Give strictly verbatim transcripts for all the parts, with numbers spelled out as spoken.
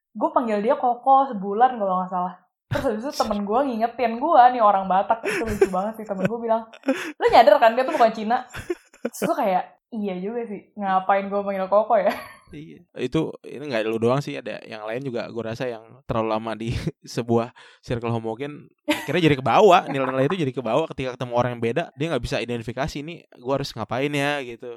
gue panggil dia Koko sebulan kalau nggak salah. Terus habis itu temen gue ngingetin gue nih orang Batak, itu lucu banget sih. Temen gue bilang, lu nyadar kan dia tuh bukan Cina? Terus gue kayak, iya juga sih, ngapain gue panggil Koko ya? Iya, itu ini nggak lu doang sih, ada yang lain juga gue rasa yang terlalu lama di sebuah circle homogen akhirnya jadi kebawa, nilai-nilai itu jadi kebawa ketika ketemu orang yang beda, dia nggak bisa identifikasi nih gue harus ngapain ya gitu.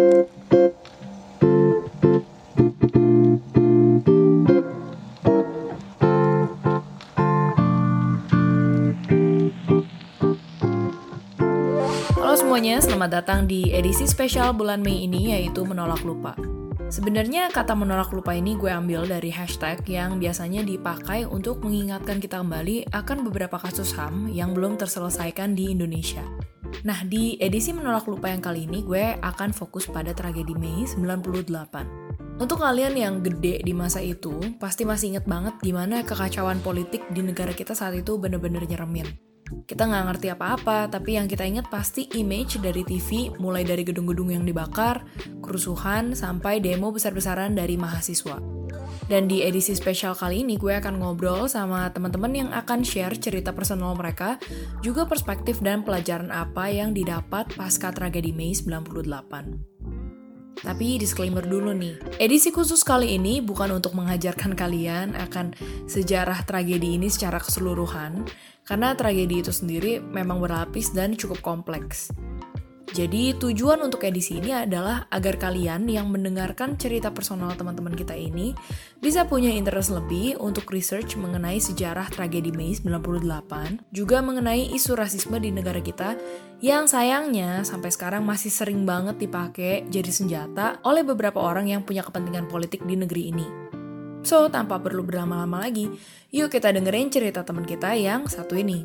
Halo semuanya, selamat datang di edisi spesial bulan Mei ini, yaitu Menolak Lupa. Sebenarnya kata menolak lupa ini gue ambil dari hashtag yang biasanya dipakai untuk mengingatkan kita kembali akan beberapa kasus H A M yang belum terselesaikan di Indonesia. Nah, di edisi menolak lupa yang kali ini gue akan fokus pada tragedi Mei sembilan puluh delapan. Untuk kalian yang gede di masa itu, pasti masih inget banget gimana kekacauan politik di negara kita saat itu bener-bener nyeremin. Kita nggak ngerti apa-apa, tapi yang kita ingat pasti image dari T V, mulai dari gedung-gedung yang dibakar, kerusuhan, sampai demo besar-besaran dari mahasiswa. Dan di edisi spesial kali ini, gue akan ngobrol sama teman-teman yang akan share cerita personal mereka, juga perspektif dan pelajaran apa yang didapat pasca tragedi Mei sembilan puluh delapan. Tapi disclaimer dulu nih, edisi khusus kali ini bukan untuk mengajarkan kalian akan sejarah tragedi ini secara keseluruhan, karena tragedi itu sendiri memang berlapis dan cukup kompleks. Jadi tujuan untuk edisi ini adalah agar kalian yang mendengarkan cerita personal teman-teman kita ini bisa punya interest lebih untuk research mengenai sejarah tragedi Mei sembilan puluh delapan, juga mengenai isu rasisme di negara kita yang sayangnya sampai sekarang masih sering banget dipakai jadi senjata oleh beberapa orang yang punya kepentingan politik di negeri ini. So, tanpa perlu berlama-lama lagi, yuk kita dengerin cerita teman kita yang satu ini.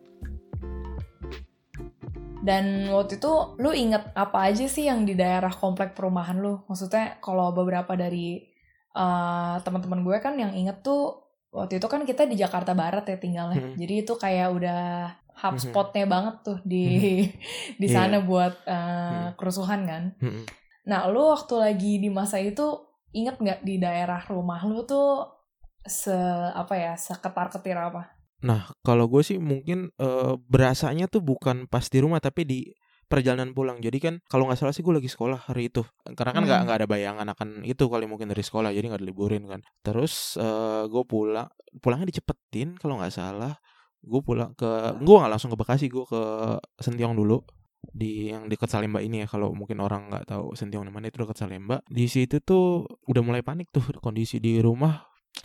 Dan waktu itu, lu inget apa aja sih yang di daerah komplek perumahan lu? Maksudnya, kalau beberapa dari uh, teman-teman gue kan yang inget tuh, waktu itu kan kita di Jakarta Barat ya tinggalnya. Hmm. Jadi itu kayak udah hubspotnya hmm. banget tuh di hmm. di sana yeah. buat uh, hmm. kerusuhan kan. Hmm. Nah, lu waktu lagi di masa itu, inget nggak di daerah rumah lu tuh se apa ya seketar-ketir apa? Nah, kalau gue sih mungkin uh, berasanya tuh bukan pas di rumah tapi di perjalanan pulang. Jadi kan kalau nggak salah sih gue lagi sekolah hari itu. Karena kan nggak hmm. nggak ada bayangan akan itu kali mungkin dari sekolah, jadi nggak diliburin kan. Terus uh, gue pulang, pulangnya dicepetin kalau nggak salah. Gue pulang ke, gue nggak langsung ke Bekasi, gue ke Sentiong dulu. Di yang dekat Salemba ini ya, kalau mungkin orang nggak tahu Sentiong di mana, itu dekat Salemba. Di situ tuh udah mulai panik tuh kondisi di rumah.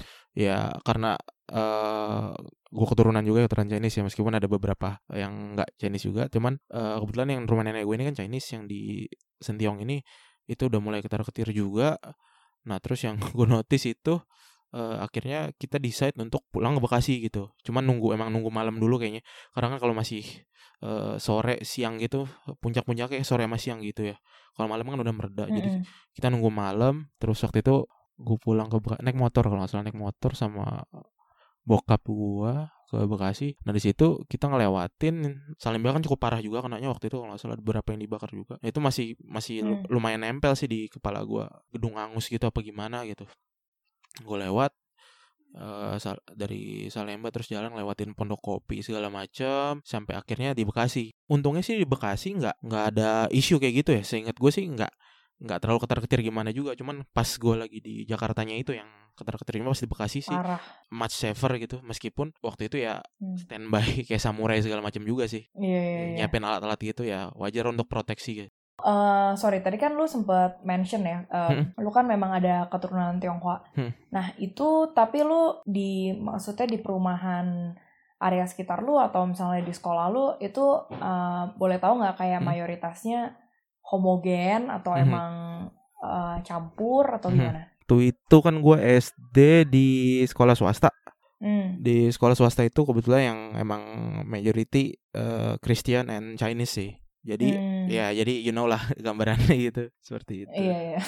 Ya karena uh, gue keturunan juga keturunan Chinese ya, meskipun ada beberapa yang nggak Chinese juga, cuman uh, kebetulan yang rumah nenek gue ini kan Chinese, yang di Sentiong ini itu udah mulai ketar-ketir juga. Nah terus yang gue notice itu uh, akhirnya kita decide untuk pulang ke Bekasi gitu, cuman nunggu emang nunggu malam dulu kayaknya, karena kan kalau masih uh, sore siang gitu puncak-puncaknya sore sama siang gitu ya, kalau malam kan udah mereda. Mm-hmm. Jadi kita nunggu malam. Terus waktu itu gue pulang ke Bekasi, naik motor kalau nggak salah, naik motor sama bokap gue ke Bekasi. Nah di situ kita ngelewatin Salemba kan cukup parah juga kenanya waktu itu, kalau nggak salah beberapa yang dibakar juga. Nah, itu masih masih hmm. lumayan nempel sih di kepala gue, gedung angus gitu apa gimana gitu. Gue lewat uh, sal- dari Salemba terus jalan lewatin Pondok Kopi segala macam sampai akhirnya di Bekasi. Untungnya sih di Bekasi nggak nggak ada isu kayak gitu ya. Seingat gue sih nggak nggak terlalu ketar-ketir gimana juga, cuman pas gue lagi di Jakartanya itu yang ketar-ketirnya pas di Bekasi sih parah. Much safer gitu, meskipun waktu itu ya hmm. standby kayak samurai segala macam juga sih. Iya, iya, iya. Nyiapin alat-alat gitu ya, wajar untuk proteksi gitu. Uh, sorry, tadi kan lu sempat mention ya, uh, hmm? lu kan memang ada keturunan Tionghoa. Hmm. Nah itu tapi lu di maksudnya di perumahan area sekitar lu atau misalnya di sekolah lu itu uh, boleh tahu nggak kayak hmm. mayoritasnya homogen atau mm-hmm. emang uh, campur atau mm-hmm. gimana? Tuh itu kan gue S D di sekolah swasta. Mm. Di sekolah swasta itu kebetulan yang emang majority uh, Christian and Chinese sih. Jadi mm. ya jadi you know lah gambarannya gitu, seperti itu. Iya iya.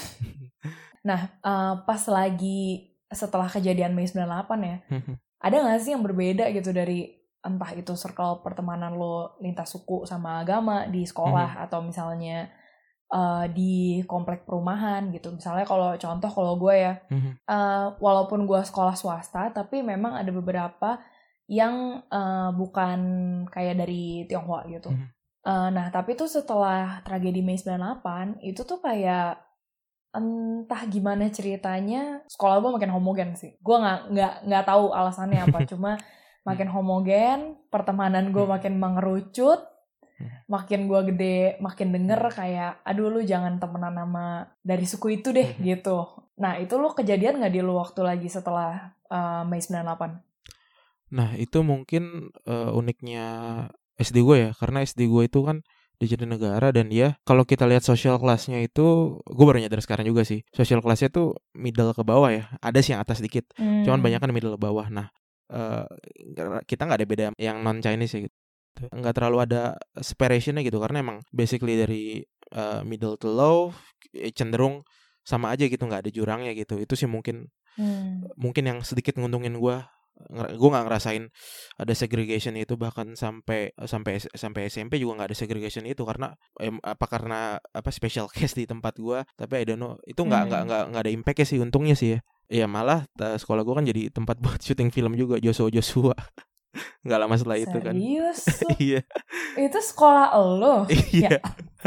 Nah uh, pas lagi setelah kejadian Mei sembilan puluh delapan ya, mm-hmm. ada nggak sih yang berbeda gitu dari entah itu circle pertemanan lo lintas suku sama agama di sekolah mm-hmm. atau misalnya uh, di komplek perumahan gitu. Misalnya kalau contoh kalau gue ya, mm-hmm. uh, walaupun gue sekolah swasta, tapi memang ada beberapa yang uh, bukan kayak dari Tionghoa gitu. Mm-hmm. Uh, nah tapi tuh setelah tragedi Mei sembilan delapan itu tuh kayak entah gimana ceritanya sekolah gue makin homogen sih. Gue nggak nggak nggak tahu alasannya apa, cuma makin homogen, pertemanan gue makin mengerucut, makin gue gede makin denger kayak aduh lu jangan temenan sama dari suku itu deh gitu. Nah itu lu kejadian nggak di lu waktu lagi setelah uh, Mei sembilan delapan? Nah itu mungkin uh, uniknya S D gue ya, karena S D gue itu kan di Jatinegara dan dia kalau kita lihat social class-nya itu, gue baru nyadar sekarang juga sih, social class-nya tuh middle ke bawah ya, ada sih yang atas dikit, hmm. cuman banyak kan middle ke bawah. Nah uh, kita nggak ada beda yang non Chinese ya gitu, nggak terlalu ada separation-nya gitu, karena emang basically dari uh, middle to low cenderung sama aja gitu, nggak ada jurangnya gitu. Itu sih mungkin hmm. mungkin yang sedikit nguntungin gue. Gue nggak ngerasain ada segregation itu, bahkan sampai sampai sampai S M P juga nggak ada segregation itu, karena eh, apa karena apa special case di tempat gue, tapi I don't know itu nggak nggak hmm. nggak nggak ada impactnya sih untungnya sih ya. Iya malah t- sekolah gue kan jadi tempat buat syuting film juga, Joshua Joshua nggak lama setelah itu kan. Serius? Iya. Itu sekolah lo? Iya.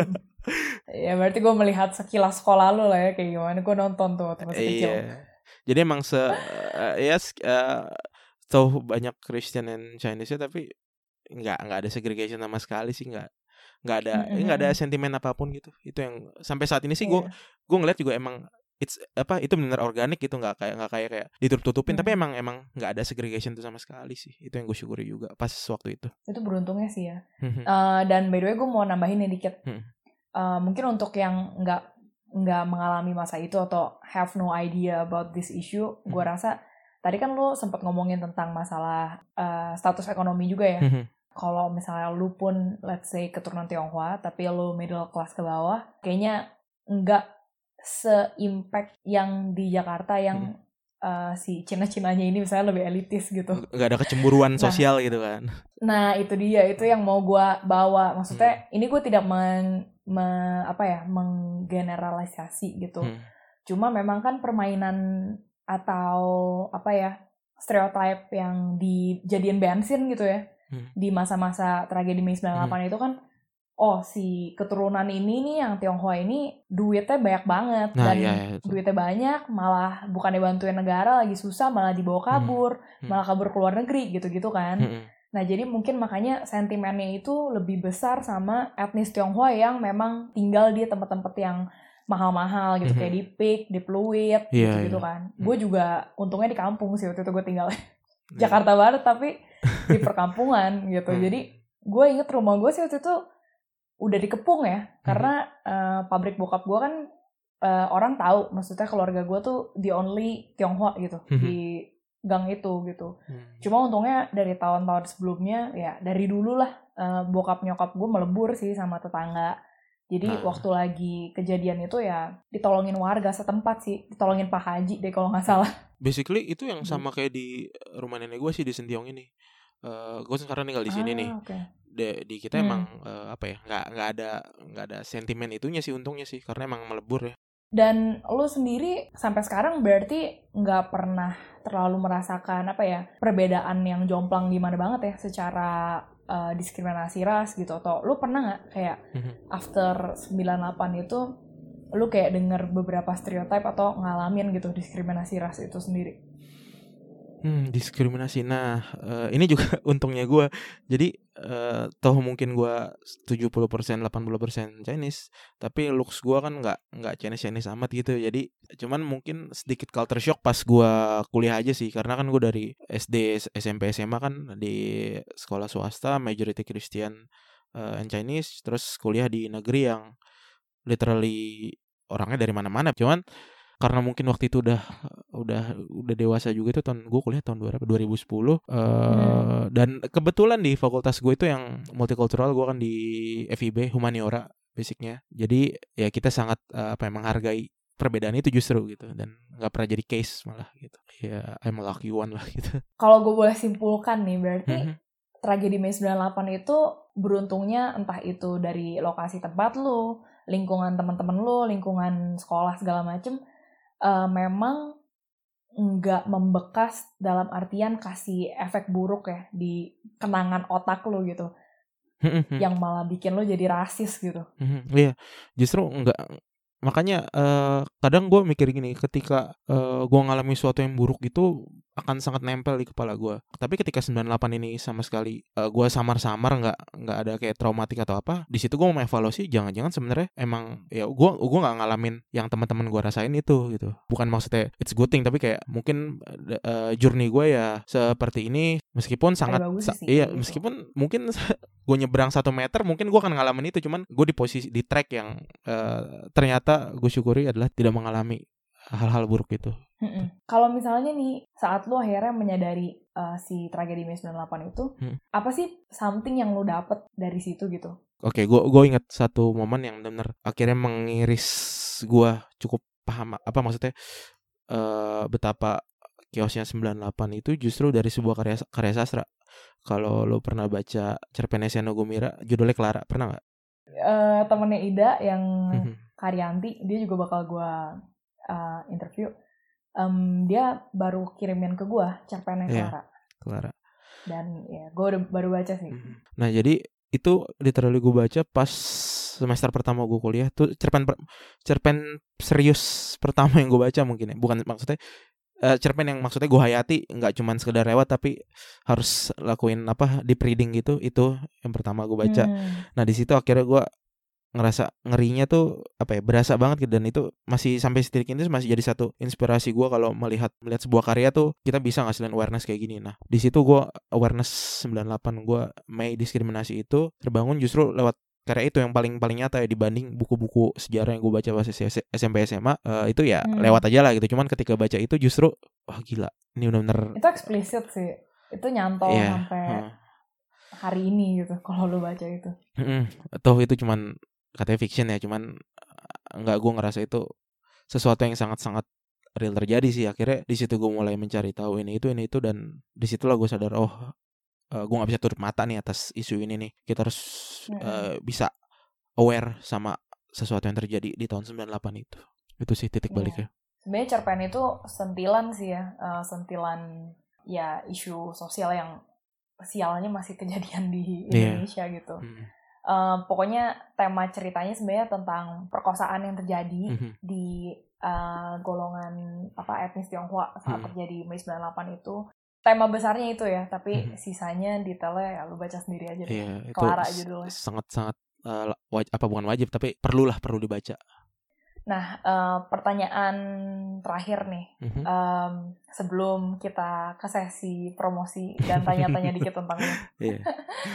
Ya berarti gue melihat sekilas sekolah lo lah ya, kayak gimana gue nonton tuh waktu masih kecil. Iya. Jadi emang se uh, ya uh, tahu banyak Christian and Chinese ya, tapi nggak nggak ada segregation sama sekali sih, nggak nggak ada mm-hmm. nggak ada sentimen apapun gitu. Itu yang sampai saat ini sih gue yeah. gue ngeliat juga emang it's apa itu benar organik gitu, nggak kayak nggak kayak kayak ditutup-tutupin, mm-hmm. tapi emang emang nggak ada segregation itu sama sekali sih. Itu yang gue syukuri juga pas waktu itu. Itu beruntungnya sih ya. Mm-hmm. uh, dan by the way gue mau nambahin nih dikit. Mm-hmm. uh, mungkin untuk yang nggak nggak mengalami masa itu atau have no idea about this issue, mm-hmm. gue rasa tadi kan lu sempat ngomongin tentang masalah uh, status ekonomi juga ya. Mm-hmm. Kalau misalnya lu pun let's say keturunan Tionghoa tapi lu middle class ke bawah, kayaknya enggak se-impact yang di Jakarta yang mm-hmm. uh, si Cina-Cinanya ini misalnya lebih elitis gitu. Enggak ada kecemburuan sosial nah, gitu kan. Nah, itu dia, itu yang mau gua bawa. Maksudnya mm. ini gue tidak men, me, apa ya, menggeneralisasi gitu. Mm. Cuma memang kan permainan atau apa ya, stereotype yang dijadiin bensin gitu ya hmm. di masa-masa tragedi Mei sembilan delapan hmm. itu kan, oh si keturunan ini nih yang Tionghoa ini duitnya banyak banget, nah, dan iya, iya, duitnya banyak malah bukannya bantuin negara lagi susah malah dibawa kabur, hmm. Hmm. malah kabur ke luar negeri gitu-gitu kan. Hmm. Nah jadi mungkin makanya sentimennya itu lebih besar sama etnis Tionghoa yang memang tinggal di tempat-tempat yang mahal-mahal gitu, mm-hmm. kayak di Pik, di Pluit, yeah, gitu-gitu yeah. kan. Mm. Gue juga untungnya di kampung sih waktu itu gue tinggal Jakarta Barat tapi di perkampungan gitu. Mm. Jadi gue inget rumah gue sih waktu itu udah dikepung ya, mm-hmm. karena uh, pabrik bokap gue kan uh, orang tahu, maksudnya keluarga gue tuh the only Tionghoa gitu mm-hmm. di gang itu gitu. Mm. Cuma untungnya dari tahun-tahun sebelumnya ya dari dulu lah uh, bokap nyokap gue melebur sih sama tetangga. Jadi nah. waktu lagi kejadian itu ya ditolongin warga setempat sih, ditolongin Pak Haji deh kalau nggak salah. Basically itu yang sama kayak di rumah nenek gue sih di Sentiong ini. Uh, gue sekarang tinggal di sini ah, nih. Okay. De, di kita hmm. emang uh, apa ya, nggak nggak ada nggak ada sentimen itunya sih untungnya sih, karena emang melebur ya. Dan lo sendiri sampai sekarang berarti nggak pernah terlalu merasakan apa ya perbedaan yang jomplang gimana banget ya secara Uh, diskriminasi ras gitu, atau lu pernah nggak kayak mm-hmm. after sembilan delapan itu lu kayak denger beberapa stereotype atau ngalamin gitu diskriminasi ras itu sendiri? Hmm, diskriminasi. Nah, uh, ini juga untungnya gue. Jadi, uh, toh mungkin gue tujuh puluh persen, delapan puluh persen Chinese, tapi looks gue kan nggak nggak Chinese-Chinese amat gitu. Jadi, cuman mungkin sedikit culture shock pas gue kuliah aja sih. Karena kan gue dari S D, S M P, S M A kan di sekolah swasta, majority Christian uh, and Chinese. Terus kuliah di negeri yang literally orangnya dari mana-mana. Cuman karena mungkin waktu itu udah udah udah dewasa juga, itu tahun gue kuliah tahun dua ribu sepuluh uh, hmm. dan kebetulan di fakultas gue itu yang multikultural, gue kan di F I B humaniora basicnya. Jadi ya kita sangat uh, apa ya, menghargai perbedaan itu justru gitu, dan nggak pernah jadi case malah gitu. Ya I'm a lucky one lah gitu. Kalau gue boleh simpulkan nih, berarti mm-hmm. tragedi Mei sembilan delapan itu beruntungnya entah itu dari lokasi tempat lu lingkungan teman-teman lu, lingkungan sekolah segala macem, uh, memang nggak membekas dalam artian kasih efek buruk ya di kenangan otak lu gitu, yang malah bikin lu jadi rasis gitu. Iya, justru enggak. Makanya uh, kadang gue mikir gini, ketika uh, gue ngalami sesuatu yang buruk itu akan sangat nempel di kepala gue. Tapi ketika sembilan puluh delapan ini sama sekali uh, gue samar-samar, nggak nggak ada kayak traumatik atau apa. Di situ gue mau evaluasi, jangan-jangan sebenarnya emang ya gue gue nggak ngalamin yang teman-teman gue rasain itu gitu. Bukan maksudnya it's good thing, tapi kayak mungkin uh, journey gue ya seperti ini, meskipun sangat sa- iya gitu. Meskipun mungkin gue nyebrang satu meter, mungkin gue akan ngalamin itu, cuman gue di posisi di track yang uh, ternyata gue syukuri adalah tidak mengalami hal-hal buruk itu. Kalau misalnya nih saat lu akhirnya menyadari uh, si tragedi Mei sembilan puluh delapan itu, hmm. apa sih something yang lu dapet dari situ gitu? Oke, okay, gue gue ingat satu momen yang benar akhirnya mengiris gue cukup paham apa maksudnya uh, betapa kiosnya sembilan puluh delapan itu justru dari sebuah karya karya sastra. Kalau lo pernah baca cerpen Essiano Gumira judulnya Clara, pernah nggak? Uh, temennya Ida yang Karyanti, dia juga bakal gue uh, interview. Um, dia baru kirimin ke gue cerpennya Clara. Yeah, Clara. Dan ya gue udah baru baca sih. Nah jadi itu literally gue baca pas semester pertama gue kuliah tuh, cerpen per, cerpen serius pertama yang gue baca mungkin ya. Bukan maksudnya uh, cerpen yang maksudnya gue hayati, nggak cuman sekedar lewat tapi harus lakuin apa deep reading gitu. Itu yang pertama gue baca. Hmm. Nah di situ akhirnya gue ngerasa ngerinya tuh apa ya, berasa banget gitu. Dan itu masih sampai detik ini masih jadi satu inspirasi gue kalau melihat melihat sebuah karya tuh kita bisa ngasilin awareness kayak gini. Nah di situ gue awareness sembilan puluh delapan gue Mei diskriminasi itu terbangun justru lewat karya itu yang paling paling nyata ya, dibanding buku-buku sejarah yang gue baca pas S M P S M A uh, itu ya hmm. lewat aja lah gitu. Cuman ketika baca itu justru wah gila, ini benar-benar itu eksplisit sih, itu nyantol yeah. sampai hmm. hari ini gitu kalau lu baca itu. Mm-hmm. Toh itu cuman katanya fiction ya, cuman nggak, gue ngerasa itu sesuatu yang sangat-sangat real terjadi sih. Akhirnya di situ gue mulai mencari tahu ini itu ini itu dan disitulah gue sadar oh uh, gue nggak bisa tutup mata nih atas isu ini nih. Kita harus hmm. uh, bisa aware sama sesuatu yang terjadi di tahun sembilan puluh delapan itu. Itu sih titik baliknya. Yeah. Sebenarnya cerpen itu sentilan sih ya, uh, sentilan ya isu sosial yang sialnya masih kejadian di Indonesia yeah. gitu. Hmm. Uh, pokoknya tema ceritanya sebenarnya tentang perkosaan yang terjadi mm-hmm. di uh, golongan apa etnis Tionghoa saat mm-hmm. terjadi Mei sembilan puluh delapan itu. Tema besarnya itu ya, tapi mm-hmm. sisanya detailnya ya lu baca sendiri aja deh. Yeah, Clara judulnya. Sangat-sangat uh, waj- apa bukan wajib tapi perlulah perlu dibaca. Nah, uh, pertanyaan terakhir nih, mm-hmm. um, sebelum kita ke sesi promosi dan tanya-tanya dikit tentang lu. Yeah.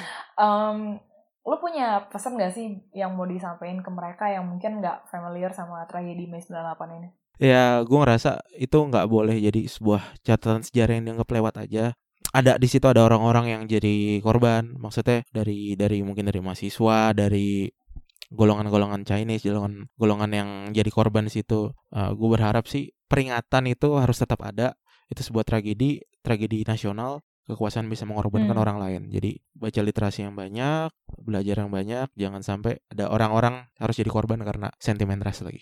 um, Lo punya pesan gak sih yang mau disampaikan ke mereka yang mungkin gak familiar sama tragedi Mei sembilan puluh delapan ini? Ya, gue ngerasa itu gak boleh jadi sebuah catatan sejarah yang dianggap lewat aja. Ada di situ ada orang-orang yang jadi korban. Maksudnya dari dari mungkin dari mahasiswa, dari golongan-golongan Chinese, golongan golongan yang jadi korban di situ. Uh, gue berharap sih peringatan itu harus tetap ada. Itu sebuah tragedi, tragedi nasional. Kekuasaan bisa mengorbankan hmm. orang lain. Jadi baca literasi yang banyak, belajar yang banyak, jangan sampai ada orang-orang harus jadi korban karena sentimen ras lagi.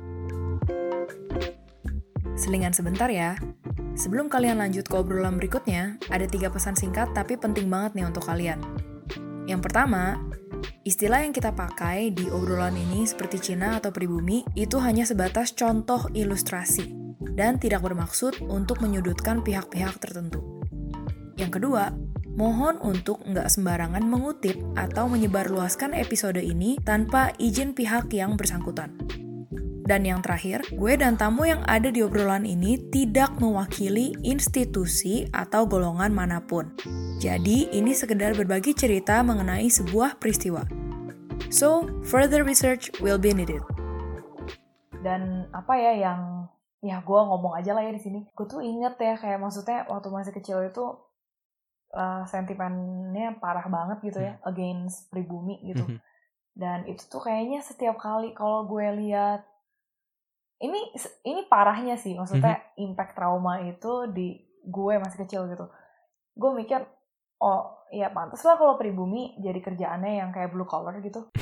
Selingan sebentar ya. Sebelum kalian lanjut ke obrolan berikutnya, ada tiga pesan singkat tapi penting banget nih untuk kalian. Yang pertama, istilah yang kita pakai di obrolan ini seperti Cina atau pribumi itu hanya sebatas contoh ilustrasi dan tidak bermaksud untuk menyudutkan pihak-pihak tertentu. Yang kedua, mohon untuk nggak sembarangan mengutip atau menyebarluaskan episode ini tanpa izin pihak yang bersangkutan. Dan yang terakhir, gue dan tamu yang ada di obrolan ini tidak mewakili institusi atau golongan manapun. Jadi, ini sekedar berbagi cerita mengenai sebuah peristiwa. So, further research will be needed. Dan apa ya yang, ya gue ngomong aja lah ya di sini. Gue tuh inget ya, kayak maksudnya waktu masih kecil itu, Uh, sentimennya parah banget gitu ya, against pribumi gitu. Mm-hmm. Dan itu tuh kayaknya setiap kali kalau gue lihat ini ini parahnya sih, maksudnya mm-hmm. impact trauma itu di gue masih kecil gitu. Gue mikir, oh ya pantas lah kalau pribumi jadi kerjaannya yang kayak blue collar gitu.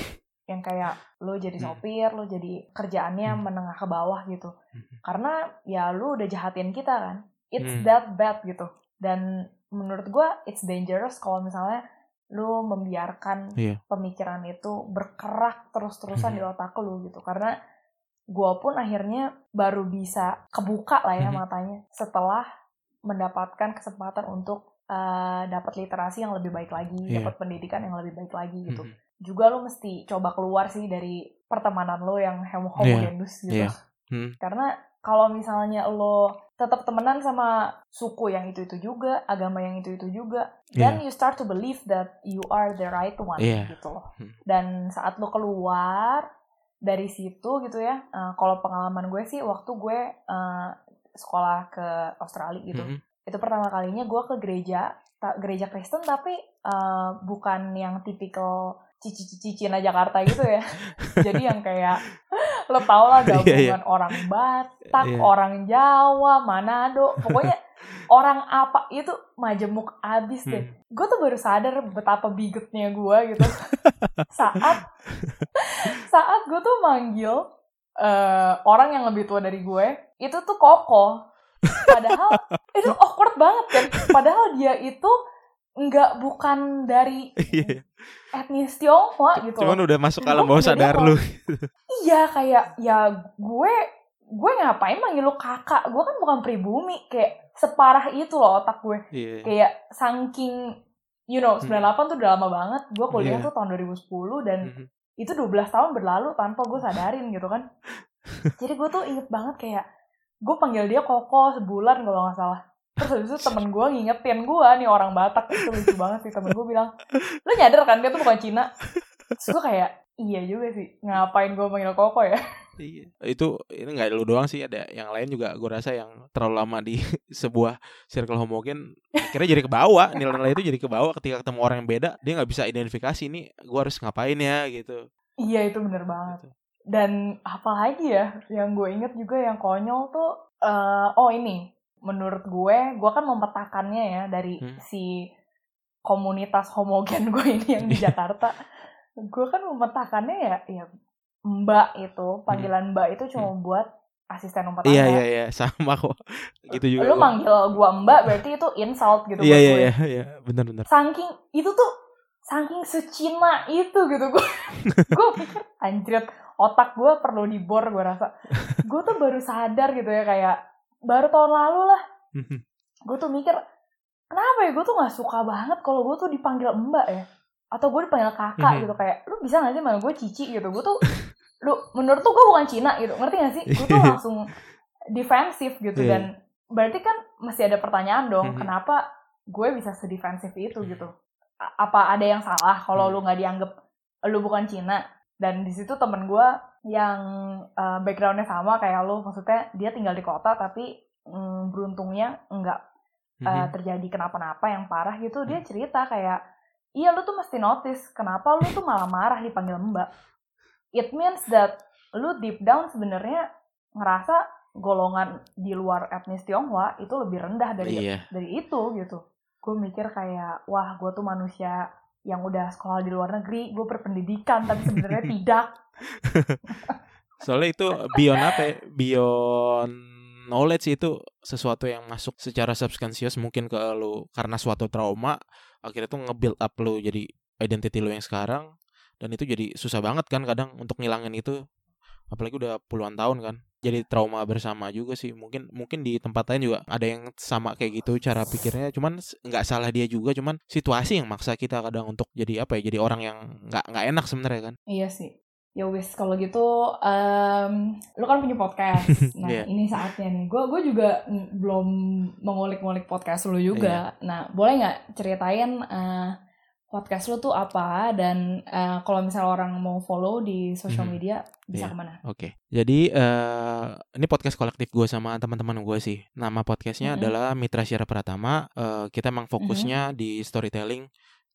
yang kayak lo jadi sopir, lo jadi kerjaannya menengah ke bawah gitu. Karena ya lo udah jahatin kita kan. It's that bad gitu. Dan menurut gue it's dangerous kalau misalnya lo membiarkan yeah. pemikiran itu berkerak terus-terusan di otak lo gitu. Karena gue pun akhirnya baru bisa kebuka lah ya matanya setelah mendapatkan kesempatan untuk uh, dapat literasi yang lebih baik lagi, yeah. dapat pendidikan yang lebih baik lagi gitu. Mm-hmm. Juga lo mesti coba keluar sih dari pertemanan lo yang homogenus yeah. gitu. Yeah. Hmm. Karena kalau misalnya lo tetap temenan sama suku yang itu-itu juga, agama yang itu-itu juga, yeah. then you start to believe that you are the right one yeah. gitu loh. Hmm. Dan saat lo keluar dari situ gitu ya, uh, kalau pengalaman gue sih waktu gue uh, sekolah ke Australia gitu, mm-hmm. itu pertama kalinya gue ke gereja, ta- gereja Kristen tapi uh, bukan yang tipikal cici-cici Cina Jakarta gitu ya. Jadi yang kayak lo tau lah gabungan yeah, yeah. orang Batak, yeah. orang Jawa, Manado, pokoknya orang apa itu majemuk abis deh. Hmm. Gue tuh baru sadar betapa bigetnya gue gitu saat saat gue tuh manggil uh, orang yang lebih tua dari gue itu tuh koko. Padahal itu awkward banget kan. Padahal dia itu nggak bukan dari etnis Tionghoa gitu. Cuman udah masuk alam bawah sadar lu. Iya kayak ya gue gue ngapain manggil lu kakak? Gue kan bukan pribumi. Kayak separah itu loh otak gue. Yeah. Kayak saking you know sembilan puluh delapan hmm. tuh udah lama banget. Gue kuliah yeah. tuh tahun dua ribu sepuluh dan mm-hmm. itu dua belas tahun berlalu tanpa gue sadarin gitu kan. Jadi gue tuh inget banget kayak gue panggil dia Koko sebulan kalau nggak salah. Terus habis itu temen gue ngingetin gue nih orang Batak, itu lucu banget sih. Temen gue bilang, lo nyadar kan dia tuh bukan Cina? Terus gue kayak, iya juga sih, ngapain gue panggil Koko ya? Iya, itu ini nggak lu doang sih, ada yang lain juga gue rasa yang terlalu lama di sebuah circle homogen akhirnya jadi kebawa, nilai-nilai itu jadi kebawa ketika ketemu orang yang beda, dia nggak bisa identifikasi nih gue harus ngapain ya gitu. Iya itu bener banget. Gitu. Dan apalagi ya yang gue inget juga yang konyol tuh, uh, oh ini menurut gue, gue kan memetakannya ya dari hmm. si komunitas homogen gue ini yang di Jakarta. Gue kan memetakannya ya, ya Mbak itu, panggilan Mbak itu cuma hmm. buat asisten rumah tangga. Iya iya iya, sama kok. Gitu juga. Lu gua. Manggil gue Mbak berarti itu insult gitu iya, buat iya, gue. Iya iya iya, benar-benar. Saking itu tuh saking secina itu gitu gue. Gue pikir anjir, otak gue perlu dibor gue rasa. Gue tuh baru sadar gitu ya kayak baru tahun lalu lah. Gue tuh mikir kenapa ya gue tuh gak suka banget kalau gue tuh dipanggil Mbak ya. Atau gue dipanggil kakak gitu. Kayak lu bisa gak sih manggil gue Cici gitu. Gue tuh lu menurut tuh gue bukan Cina gitu. Ngerti gak sih? Gue tuh langsung defensif gitu. Dan berarti kan masih ada pertanyaan dong. Kenapa gue bisa sedefensif itu gitu. Apa ada yang salah kalau lu gak dianggap lu bukan Cina. Dan di situ temen gue yang uh, backgroundnya sama kayak lo, maksudnya dia tinggal di kota tapi mm, beruntungnya enggak uh, mm-hmm. terjadi kenapa-napa yang parah gitu. Dia cerita kayak, iya lo tuh mesti notice kenapa lo tuh malah marah dipanggil Mbak. It means that lo deep down sebenarnya ngerasa golongan di luar etnis Tionghoa itu lebih rendah dari yeah. dari itu gitu. Gue mikir kayak, wah gue tuh manusia yang udah sekolah di luar negeri, gue berpendidikan tapi sebenarnya tidak. Soalnya itu beyond apa ya? Beyond knowledge, itu sesuatu yang masuk secara subconscious mungkin ke lu karena suatu trauma, akhirnya tuh nge-build up lu jadi identity lu yang sekarang, dan itu jadi susah banget kan kadang untuk ngilangin itu, apalagi udah puluhan tahun kan. Jadi trauma bersama juga sih. Mungkin mungkin di tempat lain juga ada yang sama kayak gitu cara pikirnya. Cuman nggak salah dia juga. Cuman situasi yang maksa kita kadang untuk jadi apa ya? Jadi orang yang nggak nggak enak sebenarnya kan. Iya sih. Ya wis kalau gitu, um, lu kan punya podcast. Nah yeah. ini saatnya nih. Gue gue juga belum mengulik-ngulik podcast lu juga. Yeah. Nah boleh nggak ceritain uh, podcast lu tuh apa, dan uh, kalau misalnya orang mau follow di social media hmm. bisa yeah. kemana? Oke, okay. Jadi uh, ini podcast kolektif gue sama teman-teman gue sih. Nama podcastnya mm-hmm. adalah Mitra Syara Pratama. Uh, kita emang fokusnya mm-hmm. di storytelling.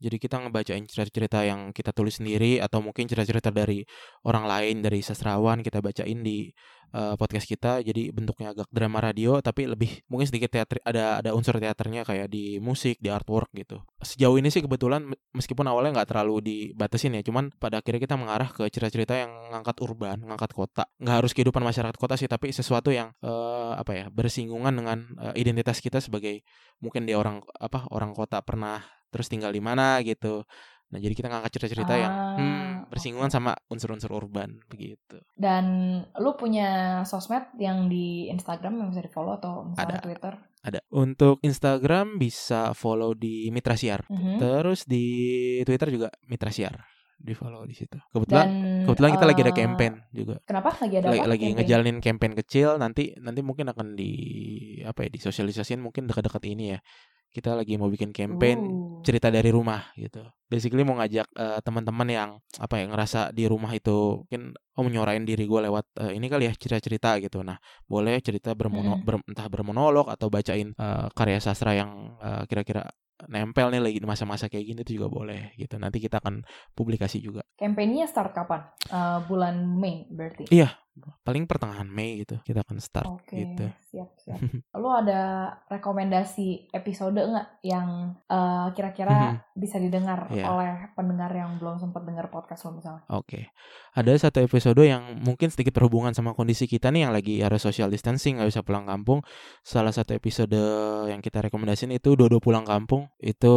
Jadi kita ngebacain cerita-cerita yang kita tulis sendiri atau mungkin cerita-cerita dari orang lain, dari sastrawan kita bacain di uh, podcast kita. Jadi bentuknya agak drama radio tapi lebih mungkin sedikit teater, ada ada unsur teaternya kayak di musik, di artwork gitu. Sejauh ini sih kebetulan meskipun awalnya nggak terlalu dibatasin ya, cuman pada akhirnya kita mengarah ke cerita-cerita yang ngangkat urban, ngangkat kota. Nggak harus kehidupan masyarakat kota sih, tapi sesuatu yang uh, apa ya bersinggungan dengan uh, identitas kita sebagai mungkin dia orang apa orang kota pernah terus tinggal di mana gitu. Nah, jadi kita ngangkat cerita-cerita ah, yang hmm, bersinggungan okay. sama unsur-unsur urban begitu. Dan lu punya sosmed yang di Instagram yang bisa di-follow atau misalnya ada, Twitter? Ada. Untuk Instagram bisa follow di Mitra Siar. Mm-hmm. Terus di Twitter juga Mitra Siar. Di-follow di situ. Kebetulan Dan, kebetulan kita uh, lagi ada campaign juga. Kenapa lagi ada lagi, apa? Lagi ngejalanin campaign kecil, nanti nanti mungkin akan di apa ya, disosialisasiin mungkin dekat-dekat ini ya. Kita lagi mau bikin campaign uh. cerita dari rumah gitu. Basically mau ngajak uh, teman-teman yang apa ya ngerasa di rumah itu mungkin oh menyorain diri gue lewat uh, ini kali ya cerita-cerita gitu. Nah, boleh cerita bermono, hmm. ber, entah bermonolog atau bacain uh, karya sastra yang uh, kira-kira nempel nih lagi di masa-masa kayak gini itu juga boleh gitu. Nanti kita akan publikasi juga. Campaignnya start kapan? Uh, bulan Mei berarti? Iya, paling pertengahan Mei gitu kita akan start. Oke, gitu. siap siap. Lu ada rekomendasi episode nggak yang uh, kira-kira bisa didengar yeah. oleh pendengar yang belum sempat dengar podcast lo misalnya? Oke, okay. Ada satu episode yang mungkin sedikit berhubungan sama kondisi kita nih yang lagi harus social distancing, nggak bisa pulang kampung. Salah satu episode yang kita rekomendasiin itu Dodo Pulang Kampung. Itu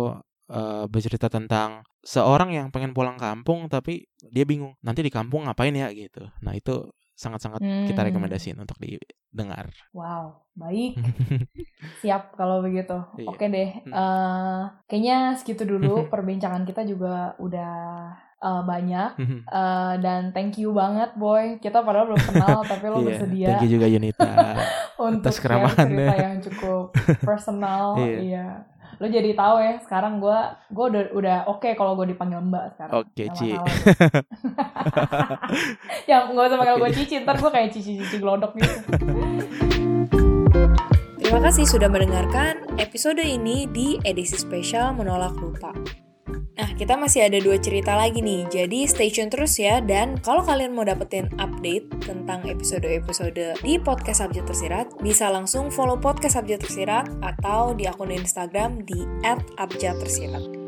uh, bercerita tentang seorang yang pengen pulang kampung tapi dia bingung nanti di kampung ngapain ya gitu. Nah itu sangat-sangat hmm. kita rekomendasiin untuk didengar. Wow, baik. Siap kalau begitu. Iya. Oke deh. Uh, kayaknya segitu dulu. Perbincangan kita juga udah uh, banyak. Uh, dan thank you banget, Boy. Kita padahal belum kenal, tapi lo bersedia. Thank you juga, Yunita. Untuk share cerita yang cukup personal. Iya. iya. Lo jadi tahu ya sekarang gue gue udah udah oke okay kalau gue dipanggil Mbak sekarang. Oke, okay, Ci. Yang nggak usah panggil okay. gue Cici, ntar gue kayak cici-cici glodok gitu. Terima kasih sudah mendengarkan episode ini di edisi spesial Menolak Lupa. Nah, kita masih ada dua cerita lagi nih, jadi stay tune terus ya. Dan kalau kalian mau dapetin update tentang episode-episode di Podcast Abjad Tersirat, bisa langsung follow Podcast Abjad Tersirat atau di akun Instagram di et abjad tersirat.